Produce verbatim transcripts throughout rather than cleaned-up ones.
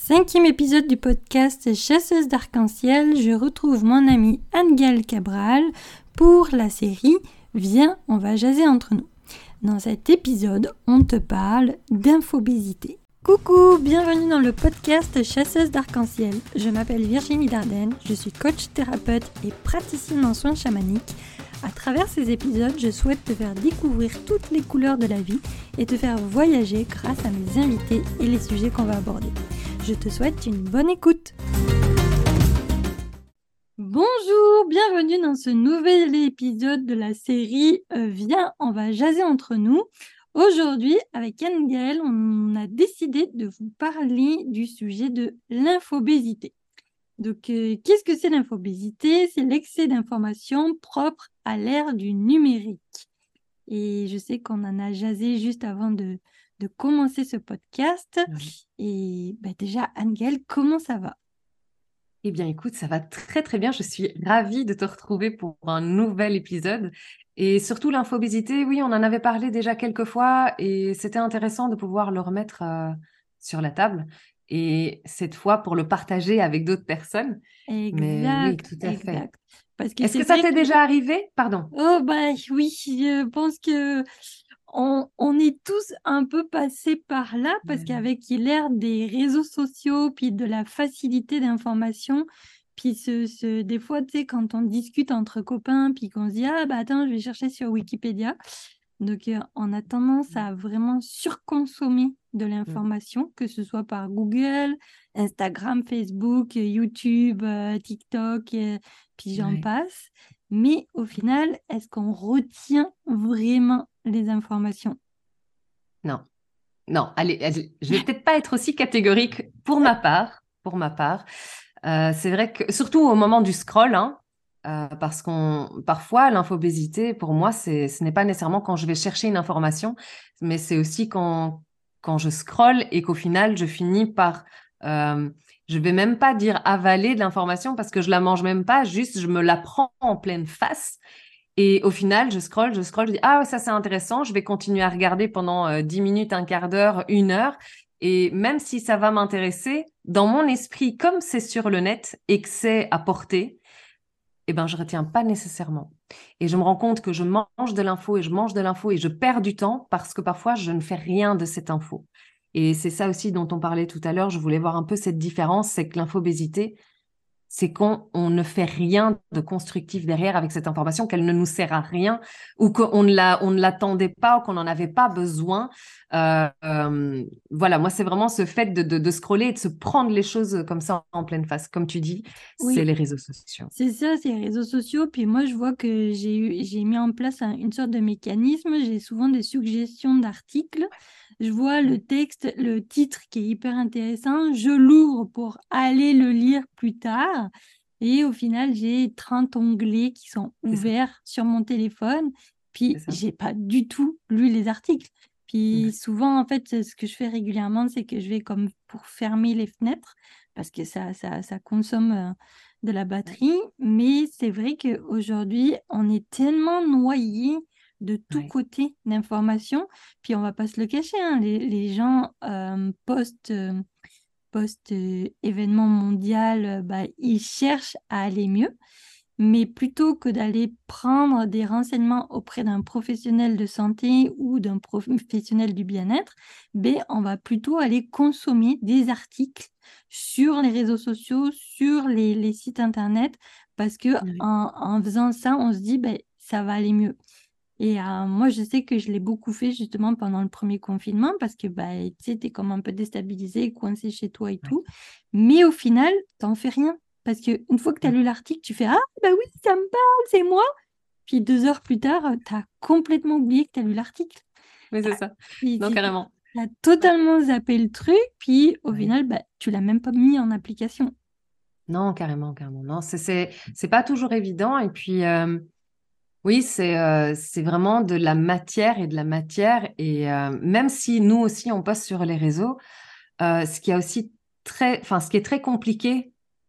Cinquième épisode du podcast Chasseuse d'arc-en-ciel, je retrouve mon amie Anne-Gaëlle Cabral pour la série Viens, on va jaser entre nous. Dans cet épisode, on te parle d'infobésité. Coucou, bienvenue dans le podcast Chasseuse d'arc-en-ciel. Je m'appelle Virginie Dardenne, je suis coach thérapeute et praticienne en soins chamaniques. À travers ces épisodes, je souhaite te faire découvrir toutes les couleurs de la vie et te faire voyager grâce à mes invités et les sujets qu'on va aborder. Je te souhaite une bonne écoute. Bonjour, bienvenue dans ce nouvel épisode de la série euh, Viens, on va jaser entre nous. Aujourd'hui, avec Anne-Gaëlle, on a décidé de vous parler du sujet de l'infobésité. Donc, euh, qu'est-ce que c'est l'infobésité? C'est l'excès d'informations propre à l'ère du numérique. Et je sais qu'on en a jasé juste avant de, de commencer ce podcast. Oui. Et bah, déjà, Anne-Gaëlle, comment ça va? Eh bien, écoute, ça va très très bien. Je suis ravie de te retrouver pour un nouvel épisode. Et surtout l'infobésité, oui, on en avait parlé déjà quelques fois et c'était intéressant de pouvoir le remettre euh, sur la table. Et cette fois, pour le partager avec d'autres personnes. Mais oui, Exact, tout à fait. exact. Parce que Est-ce c'est que ça vrai t'est que... déjà arrivé? Pardon. Oh, bah oui, je pense que on, on est tous un peu passés par là parce Ouais. qu'avec l'ère des réseaux sociaux, puis de la facilité d'information, puis ce, ce, des fois, tu sais, quand on discute entre copains, puis qu'on se dit, ah bah attends, je vais chercher sur Wikipédia. Donc, euh, on a tendance à vraiment surconsommer de Mm. l'information, que ce soit par Google, Instagram, Facebook, euh, YouTube, euh, TikTok, euh, puis j'en Ouais. passe. Mais au final, est-ce qu'on retient vraiment les informations? Non, non. Allez, allez, je vais peut-être pas être aussi catégorique pour ma part. Pour ma part. Euh, c'est vrai que, surtout au moment du scroll, hein, euh, parce qu'on, parfois, l'infobésité, pour moi, c'est, ce n'est pas nécessairement quand je vais chercher une information, mais c'est aussi quand, quand je scrolle et qu'au final, je finis par, euh, je vais même pas dire avaler de l'information parce que je la mange même pas, juste je me la prends en pleine face. Et au final, je scrolle, je scrolle, je dis, ah, ouais, ça c'est intéressant, je vais continuer à regarder pendant euh, dix minutes, un quart d'heure, une heure. Et même si ça va m'intéresser, dans mon esprit, comme c'est sur le net et que c'est à portée, eh ben, je retiens pas nécessairement. Et je me rends compte que je mange de l'info et je mange de l'info et je perds du temps parce que parfois, je ne fais rien de cette info. Et c'est ça aussi dont on parlait tout à l'heure. Je voulais voir un peu cette différence, c'est que l'infobésité, c'est qu'on on ne fait rien de constructif derrière avec cette information, qu'elle ne nous sert à rien ou qu'on ne la, on ne l'attendait pas ou qu'on n'en avait pas besoin. Euh, euh, voilà, moi, c'est vraiment ce fait de, de, de scroller et de se prendre les choses comme ça en pleine face. Comme tu dis, c'est Oui, les réseaux sociaux. c'est ça, c'est les réseaux sociaux. Puis moi, je vois que j'ai eu, j'ai mis en place un- une sorte de mécanisme. J'ai souvent des suggestions d'articles. Je vois le texte, le titre qui est hyper intéressant. Je l'ouvre pour aller le lire plus tard. Et au final, j'ai trente onglets qui sont C'est ça, ouverts sur mon téléphone. c'est Puis, ça. j'ai pas du tout lu les articles. Puis, Ouais. souvent, en fait, ce que je fais régulièrement, c'est que je vais comme pour fermer les fenêtres parce que ça, ça, ça consomme euh, de la batterie. Mais c'est vrai qu'aujourd'hui, on est tellement noyé de tous Ouais. côtés d'informations. Puis, on va pas se le cacher, hein, les, les gens euh, postent. euh, post-événement mondial, euh, bah, ils cherchent à aller mieux. Mais plutôt que d'aller prendre des renseignements auprès d'un professionnel de santé ou d'un professionnel du bien-être, ben, on va plutôt aller consommer des articles sur les réseaux sociaux, sur les, les sites internet, parce que Ouais. en, en faisant ça, on se dit, ben, ça va aller mieux. Et euh, moi, je sais que je l'ai beaucoup fait justement pendant le premier confinement parce que bah, tu sais, t'es comme un peu déstabilisé, coincé chez toi et Ouais. tout. Mais au final, t'en fais rien. Parce qu'une fois que tu as Mm. lu l'article, tu fais ah, bah oui, ça me parle, c'est moi. Puis deux heures plus tard, tu as complètement oublié que tu as lu l'article. Mais c'est ça. Tu Non, carrément. as totalement zappé le truc, puis au Ouais. final, bah, tu l'as même pas mis en application. Non, carrément, carrément. Non, c'est, c'est, c'est pas toujours évident. Et puis, euh, oui, c'est euh, c'est vraiment de la matière et de la matière. Et euh, même si nous aussi, on poste sur les réseaux, euh, ce qui est aussi très, enfin, ce qui est très compliqué,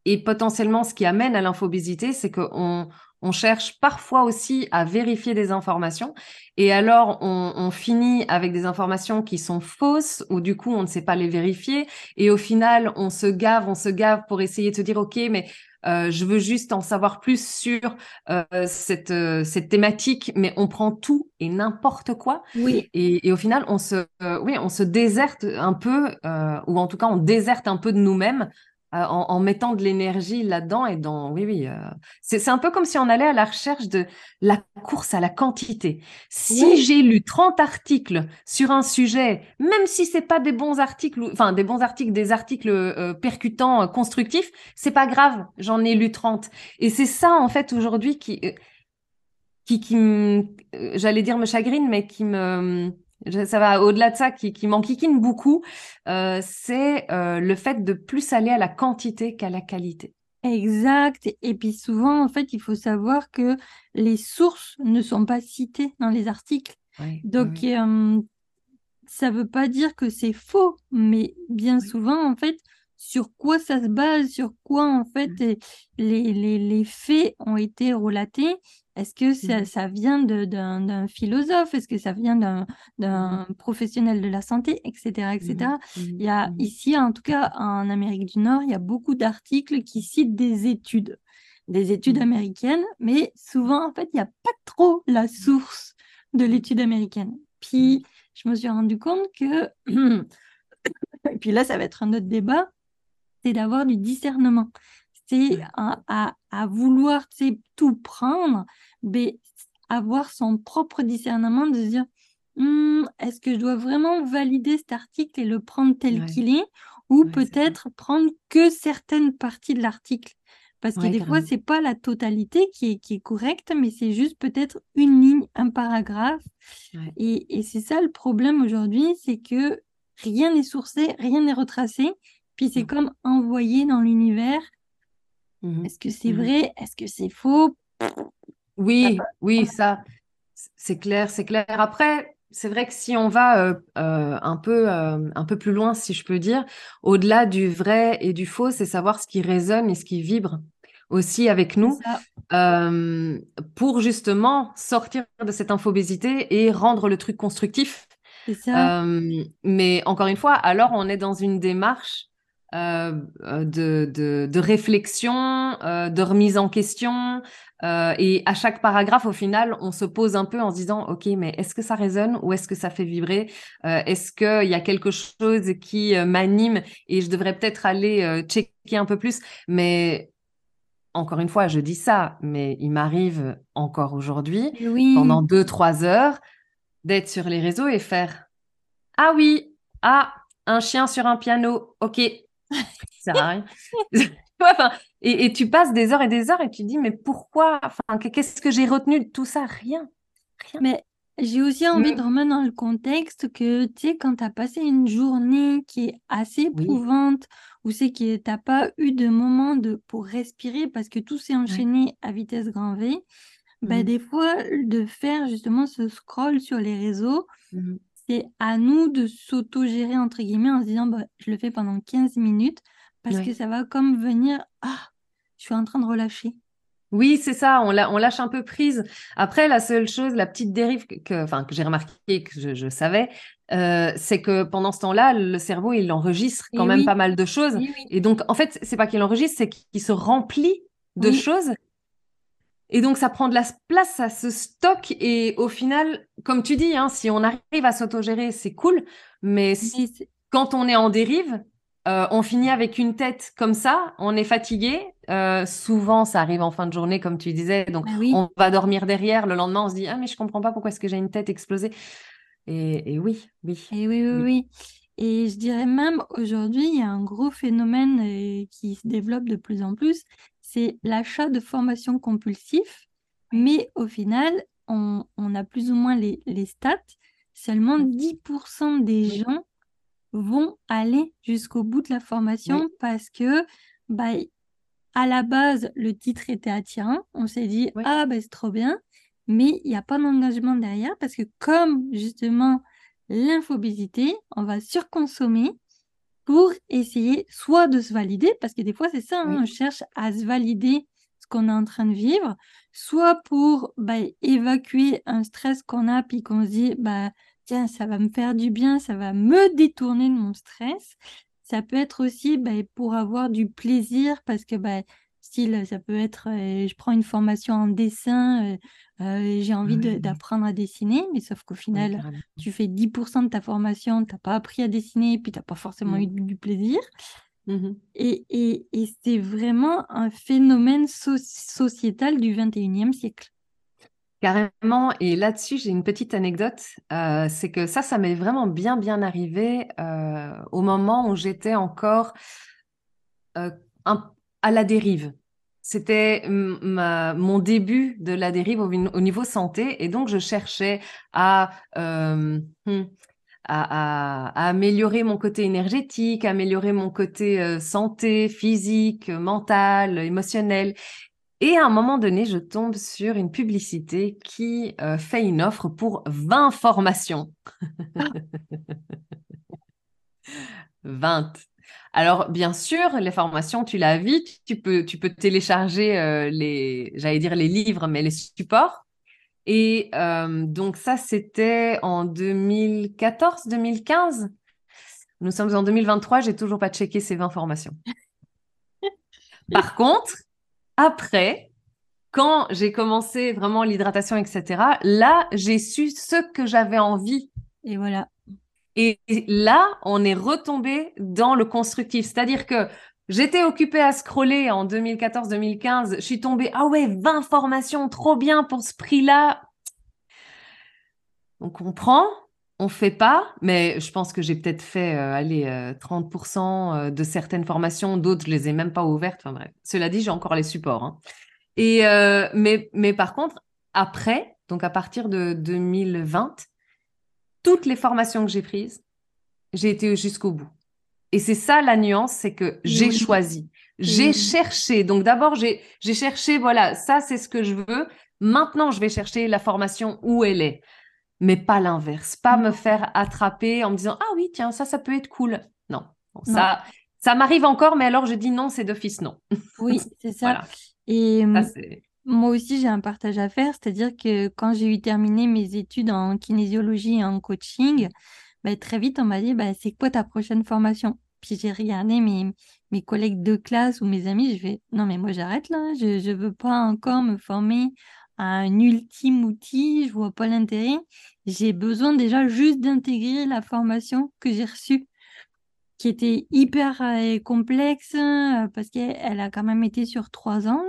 et potentiellement, ce qui amène à l'infobésité, c'est qu'on on cherche parfois aussi à vérifier des informations. Et alors, on, on finit avec des informations qui sont fausses, ou du coup, on ne sait pas les vérifier. Et au final, on se gave, on se gave pour essayer de se dire, OK, mais euh, je veux juste en savoir plus sur euh, cette, euh, cette thématique, mais on prend tout et n'importe quoi. Oui, Et, et au final, on se, euh, oui, on se déserte un peu, euh, ou en tout cas, on déserte un peu de nous-mêmes euh, en, en mettant de l'énergie là-dedans et dans, oui, oui, euh, c'est, c'est un peu comme si on allait à la recherche de la course à la quantité. Si oui, j'ai lu trente articles sur un sujet, même si c'est pas des bons articles, ou- enfin des bons articles, des articles euh, percutants, euh, constructifs, c'est pas grave, j'en ai lu trente. Et c'est ça en fait aujourd'hui qui, euh, qui, qui me- euh, j'allais dire me chagrine, mais qui me, je- ça va au-delà de ça, qui, qui m'enquiquine beaucoup, euh, c'est euh, le fait de plus aller à la quantité qu'à la qualité. exact. Et puis souvent, en fait, il faut savoir que les sources ne sont pas citées dans les articles. Oui, oui, Donc, oui. euh, ça veut pas dire que c'est faux, mais bien Oui. souvent, en fait, sur quoi ça se base, sur quoi, en fait, Mm, eh, les, les, les faits ont été relatés. Est-ce que ça, mhm, ça vient de- d'un, d'un philosophe? Est-ce que ça vient d'un, mhm, d'un professionnel de la santé, et cetera, mhm, et cetera. Il mhm, y a mhm, ici, en tout cas, en Amérique du Nord, il y a beaucoup d'articles qui citent des études, des études mhm, américaines, mais souvent, en fait, il n'y a pas trop la source de mhm. l'étude américaine. Oui. Puis, je me suis rendu compte que, et puis là, ça va être un autre débat, c'est d'avoir du discernement. C'est Ouais. à, à, à vouloir, tu sais, tout prendre, mais avoir son propre discernement de se dire, Hmm, est-ce que je dois vraiment valider cet article et le prendre tel Ouais. qu'il est, ou Ouais, c'est ça. peut-être prendre que certaines parties de l'article? Parce que Ouais, des fois, carrément. c'est pas la totalité qui est, qui est correcte, mais c'est juste peut-être une ligne, un paragraphe. Ouais. Et, et c'est ça le problème aujourd'hui, c'est que rien n'est sourcé, rien n'est retracé, puis c'est Non. comme envoyé dans l'univers. Mhm, Est-ce que c'est mhm. vrai? Est-ce que c'est faux? Oui, oui, ça, c- c'est clair, c'est clair. Après, c'est vrai que si on va euh, euh, un peu, euh, un peu plus loin, si je peux dire, au-delà du vrai et du faux, c'est savoir ce qui résonne et ce qui vibre aussi avec C'est nous, ça, euh, pour justement sortir de cette infobésité et rendre le truc constructif. c'est ça. Euh, mais encore une fois, alors on est dans une démarche euh, euh, de, de, de réflexion, euh, de remise en question. Euh, et à chaque paragraphe, au final, on se pose un peu en se disant, OK, mais est-ce que ça résonne ou est-ce que ça fait vibrer? Euh, est-ce qu'il y a quelque chose qui euh, m'anime et je devrais peut-être aller euh, checker un peu plus? Mais encore une fois, je dis ça, mais il m'arrive encore aujourd'hui, Et oui, pendant deux, trois heures, d'être sur les réseaux et faire ah oui, ah, un chien sur un piano, ok, ça sert à rien. Ouais, enfin, et, et tu passes des heures et des heures et tu dis, mais pourquoi? Enfin, que- qu'est-ce que j'ai retenu de tout ça? Rien, rien. mais j'ai aussi envie de Mm. remettre dans le contexte que, tu sais, quand tu as passé une journée qui est assez Oui, éprouvante, ou c'est que tu n'as pas eu de moment de, pour respirer parce que tout s'est ouais. enchaîné à vitesse grand V, ben, Mhm, des fois, de faire justement ce scroll sur les réseaux, mhm. c'est à nous de s'auto-gérer, entre guillemets, en se disant, bah, je le fais pendant quinze minutes parce que Ouais. ça va comme venir, ah, je suis en train de relâcher. Oui, c'est ça, on, la- on lâche un peu prise. Après, la seule chose, la petite dérive que, que- enfin, que j'ai remarqué, que je, je savais, euh, c'est que pendant ce temps-là, le cerveau, il enregistre quand Et même oui, pas mal de choses. oui, oui, Et donc, en fait, c'est pas qu'il enregistre, c'est qu'il se remplit de oui, choses. Et donc, ça prend de la place, ça se stocke. Et au final, comme tu dis, hein, si on arrive à s'autogérer, c'est cool. Mais s- mais c'est- quand on est en dérive, euh, on finit avec une tête comme ça, on est fatigué. Euh, souvent, ça arrive en fin de journée, comme tu disais. Donc, bah oui. on va dormir derrière. Le lendemain, on se dit, ah, mais je comprends pas pourquoi est-ce que j'ai une tête explosée. Et, et oui, oui, Et oui, oui, oui. oui. Et je dirais même aujourd'hui, il y a un gros phénomène euh, qui se développe de plus en plus, c'est l'achat de formations compulsif. Oui, Mais au final, on, on a plus ou moins les, les stats. Seulement oui, dix pour cent des oui, gens vont aller jusqu'au bout de la oui, formation parce que, bah, à la base, le titre était attirant. On s'est dit, oui. ah, ben c'est trop bien. Mais il n'y a pas d'engagement derrière parce que comme justement l'infobésité, on va surconsommer pour essayer soit de se valider, parce que des fois c'est ça, hein, Oui. on cherche à se valider ce qu'on est en train de vivre, soit pour bah, évacuer un stress qu'on a, puis qu'on se dit, bah, tiens, ça va me faire du bien, ça va me détourner de mon stress. Ça peut être aussi bah, pour avoir du plaisir, parce que bah, style, ça peut être, euh, je prends une formation en dessin, euh, euh, j'ai envie de- Ouais, d'apprendre à dessiner, mais sauf qu'au oui, final, carrément. tu fais dix pour cent de ta formation, tu n'as pas appris à dessiner, puis tu n'as pas forcément eu Mm. du, du plaisir. Mhm. Et, et, et c'est vraiment un phénomène so- sociétal du vingt et unième siècle. Carrément. Et là-dessus, j'ai une petite anecdote. Euh, c'est que ça, ça m'est vraiment bien, bien arrivé euh, au moment où j'étais encore euh, un- à la dérive. C'était mm, ma- mon début de la dérive au, au niveau santé. Et donc, je cherchais à, euh, hmm, à, à- à améliorer mon côté énergétique, améliorer mon côté euh, santé, physique, mental, émotionnel. Et à un moment donné, je tombe sur une publicité qui euh, fait une offre pour vingt formations. vingt. Alors, bien sûr, les formations, tu l'as vu, tu peux, tu peux télécharger euh, les, j'allais dire les livres, mais les supports. Et euh, donc ça, c'était en deux mille quatorze, deux mille quinze. Nous sommes en deux mille vingt-trois, j'ai toujours pas checké ces vingt formations. Par contre, après, quand j'ai commencé vraiment l'hydratation, et cetera, là, j'ai su ce que j'avais envie. Et voilà. Et là, on est retombé dans le constructif. C'est-à-dire que j'étais occupée à scroller en deux mille quatorze deux mille quinze. Je suis tombée, ah ouais, vingt formations, trop bien pour ce prix-là. On comprend, on fait pas, mais je pense que j'ai peut-être fait, euh, allez, euh, trente pour cent euh, de certaines formations, d'autres, je les ai même pas ouvertes. Enfin bref. Cela dit, j'ai encore les supports, hein. Et euh, mais, mais par contre, après, donc à partir de deux mille vingt, toutes les formations que j'ai prises, j'ai été jusqu'au bout. Et c'est ça la nuance, c'est que Et j'ai oui, choisi, et j'ai oui. cherché. Donc d'abord, j'ai j'ai cherché, voilà, ça c'est ce que je veux. Maintenant, je vais chercher la formation où elle est, mais pas l'inverse, pas me Non, faire attraper en me disant, ah oui, tiens, ça, ça peut être cool. Non, Bon, non. ça, ça m'arrive encore, mais alors je dis non, c'est d'office non. Oui, c'est ça. Voilà, Et ça euh, c'est. moi aussi, j'ai un partage à faire, c'est-à-dire que quand j'ai eu terminé mes études en kinésiologie et en coaching, bah, très vite, on m'a dit, bah, c'est quoi ta prochaine formation? Puis j'ai regardé mes, mes collègues de classe ou mes amis, je fais, non, mais moi j'arrête là, je ne veux pas encore me former à un ultime outil, je vois pas l'intérêt. J'ai besoin déjà juste d'intégrer la formation que j'ai reçue, qui était hyper euh, complexe, euh, parce qu'elle a quand même été sur trois ans, là.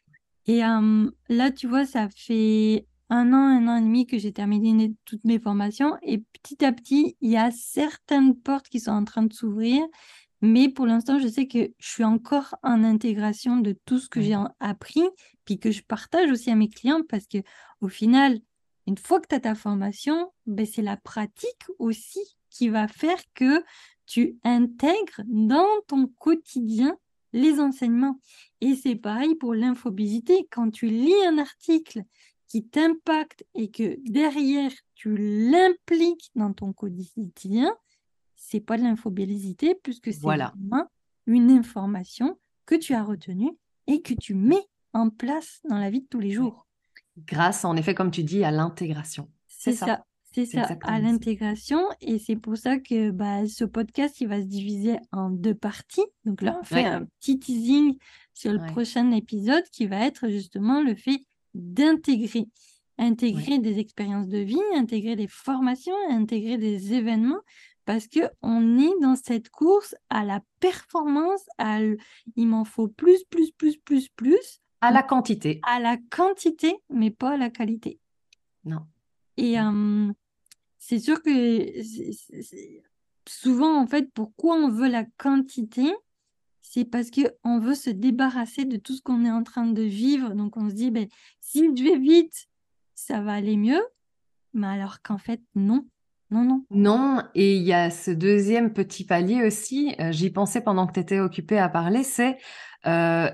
Et euh, là, tu vois, ça fait un an, un an et demi que j'ai terminé toutes mes formations. Et petit à petit, il y a certaines portes qui sont en train de s'ouvrir. Mais pour l'instant, je sais que je suis encore en intégration de tout ce que j'ai Ouais. en- appris, puis que je partage aussi à mes clients, parce que au final, une fois que tu as ta formation, ben, c'est la pratique aussi qui va faire que tu intègres dans ton quotidien les enseignements. Et c'est pareil pour l'infobésité. Quand tu lis un article qui t'impacte et que derrière, tu l'impliques dans ton quotidien, c'est pas de l'infobésité puisque c'est Voilà, vraiment une information que tu as retenue et que tu mets en place dans la vie de tous les ouais. jours. Grâce, en effet, comme tu dis, à l'intégration. C'est C'est ça, ça, c'est c'est ça, à exactement ça. l'intégration. Et c'est pour ça que bah, ce podcast, il va se diviser en deux parties. Donc là, on fait Ouais, un petit teasing sur le ouais, prochain épisode qui va être justement le fait d'intégrer. ouais. Intégrer des expériences de vie, intégrer des formations, intégrer des événements, parce que on est dans cette course à la performance, à l- il m'en faut plus, plus, plus, plus, plus, À la quantité. à la quantité, mais pas à la qualité. Non. Et, Non. euh, c'est sûr que c'est- c'est- c'est- souvent, en fait, pourquoi on veut la quantité, c'est parce que on veut se débarrasser de tout ce qu'on est en train de vivre. Donc, on se dit, ben, si je vais vite, ça va aller mieux. Mais alors qu'en fait, non. Non, non. Non, et il y a ce deuxième petit palier aussi, euh, j'y pensais pendant que tu étais occupée à parler, c'est euh,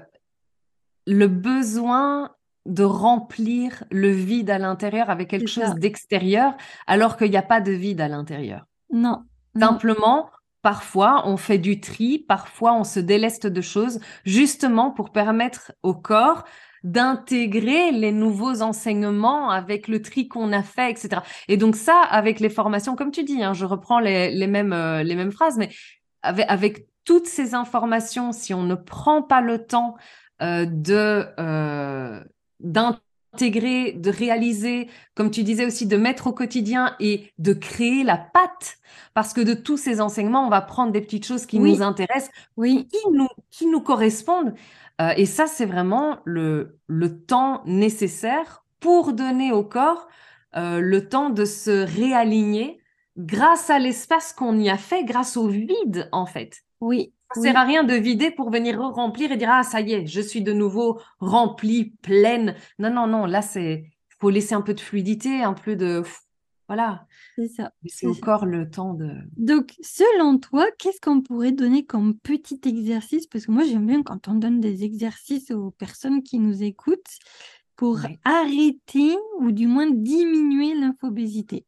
le besoin de remplir le vide à l'intérieur avec quelque C'est chose ça. d'extérieur, alors qu'il n'y a pas de vide à l'intérieur. Non, non. Simplement, parfois on fait du tri, parfois on se déleste de choses, justement pour permettre au corps d'intégrer les nouveaux enseignements avec le tri qu'on a fait, et cetera. Et donc ça, avec les formations, comme tu dis, hein, je reprends les, les, mêmes, euh, les mêmes phrases, mais avec, avec toutes ces informations, si on ne prend pas le temps euh, de euh, d'intégrer, de réaliser, comme tu disais aussi, de mettre au quotidien et de créer la patte, parce que de tous ces enseignements, on va prendre des petites choses qui Oui. nous intéressent, Oui. qui nous, qui nous correspondent. Euh, et ça, c'est vraiment le, le temps nécessaire pour donner au corps euh, le temps de se réaligner grâce à l'espace qu'on y a fait, grâce au vide, en fait. Oui. Ça oui. sert à rien de vider pour venir remplir et dire « Ah, ça y est, je suis de nouveau remplie, pleine. » Non, non, non, là, c'est faut laisser un peu de fluidité, un peu de... Voilà. C'est ça. Laisser C'est au ça. corps le temps de... Donc, selon toi, qu'est-ce qu'on pourrait donner comme petit exercice? Parce que moi, j'aime bien quand on donne des exercices aux personnes qui nous écoutent pour Ouais. arrêter ou du moins diminuer l'infobésité.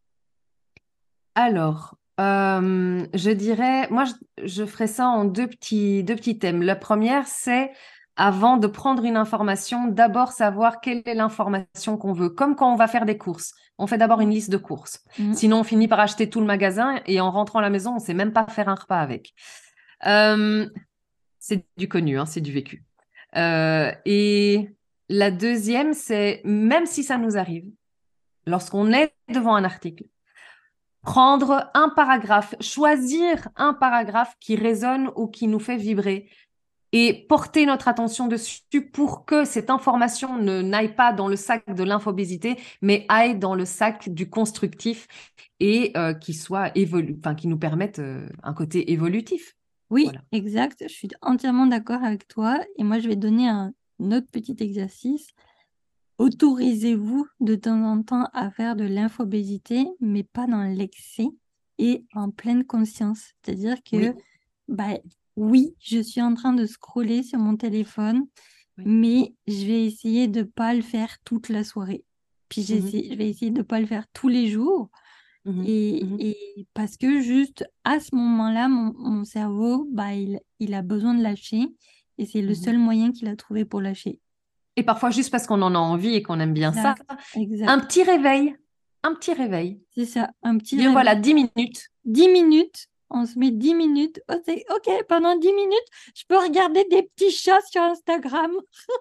Alors, euh, je dirais, moi, je, je ferais ça en deux petits, deux petits thèmes. La première, c'est avant de prendre une information, d'abord savoir quelle est l'information qu'on veut. Comme quand on va faire des courses, on fait d'abord une liste de courses. Mm. Sinon, on finit par acheter tout le magasin et en rentrant à la maison, on ne sait même pas faire un repas avec. Euh, c'est du connu, hein, c'est du vécu. Euh, et la deuxième, c'est même si ça nous arrive, lorsqu'on est devant un article, prendre un paragraphe, choisir un paragraphe qui résonne ou qui nous fait vibrer et porter notre attention dessus pour que cette information ne n'aille pas dans le sac de l'infobésité, mais aille dans le sac du constructif et euh, qui soit évolu, enfin qui nous permette euh, un côté évolutif. Oui, Voilà. exact. Je suis entièrement d'accord avec toi. Et moi, je vais donner un autre petit exercice. Autorisez-vous de temps en temps à faire de l'infobésité, mais pas dans l'excès et en pleine conscience. C'est-à-dire que, Oui. bah, oui, je suis en train de scroller sur mon téléphone, Oui. mais je vais essayer de ne pas le faire toute la soirée. Puis Mhm. j'essaie- je vais essayer de ne pas le faire tous les jours. Mhm. Et, Mhm. et parce que juste à ce moment-là, mon, mon cerveau, bah, il, il a besoin de lâcher et c'est le Mhm. seul moyen qu'il a trouvé pour lâcher. Et parfois juste parce qu'on en a envie et qu'on aime bien ça, Exact, exact. un petit réveil, un petit réveil. C'est ça, un petit Dire réveil. voilà, dix minutes. dix minutes, on se met dix minutes. Oh, c'est- ok, pendant dix minutes, je peux regarder des petits chats sur Instagram.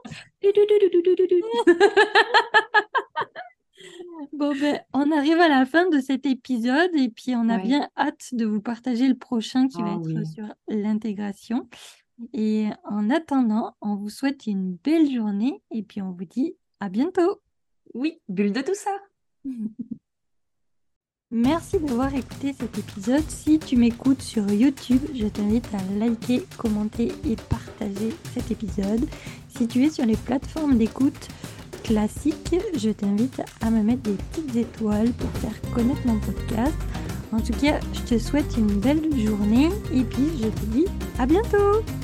Bon, ben, on arrive à la fin de cet épisode et puis on a Ouais. bien hâte de vous partager le prochain qui va Ah être oui. sur l'intégration. Et en attendant, on vous souhaite une belle journée et puis on vous dit à bientôt. Oui, bulle de tout ça. Merci d'avoir écouté cet épisode. Si tu m'écoutes sur YouTube, je t'invite à liker, commenter et partager cet épisode. Si tu es sur les plateformes d'écoute classiques, je t'invite à me mettre des petites étoiles pour faire connaître mon podcast. En tout cas, je te souhaite une belle journée et puis je te dis à bientôt.